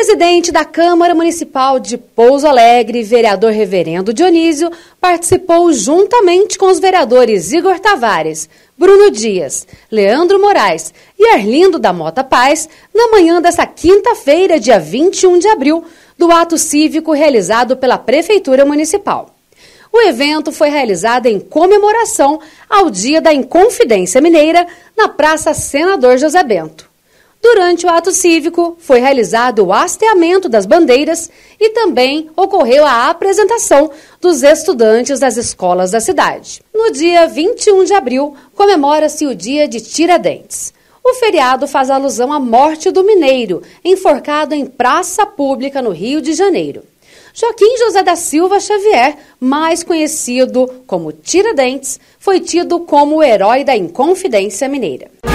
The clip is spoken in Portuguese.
presidente da Câmara Municipal de Pouso Alegre, vereador Reverendo Dionísio, participou juntamente com os vereadores Igor Tavares, Bruno Dias, Leandro Moraes e Arlindo da Mota Paz, na manhã desta quinta-feira, dia 21 de abril, do ato cívico realizado pela Prefeitura Municipal. O evento foi realizado em comemoração ao Dia da Inconfidência Mineira, na Praça Senador José Bento. Durante o ato cívico, foi realizado o hasteamento das bandeiras e também ocorreu a apresentação dos estudantes das escolas da cidade. No dia 21 de abril, comemora-se o Dia de Tiradentes. O feriado faz alusão à morte do mineiro, enforcado em praça pública no Rio de Janeiro. Joaquim José da Silva Xavier, mais conhecido como Tiradentes, foi tido como o herói da Inconfidência Mineira.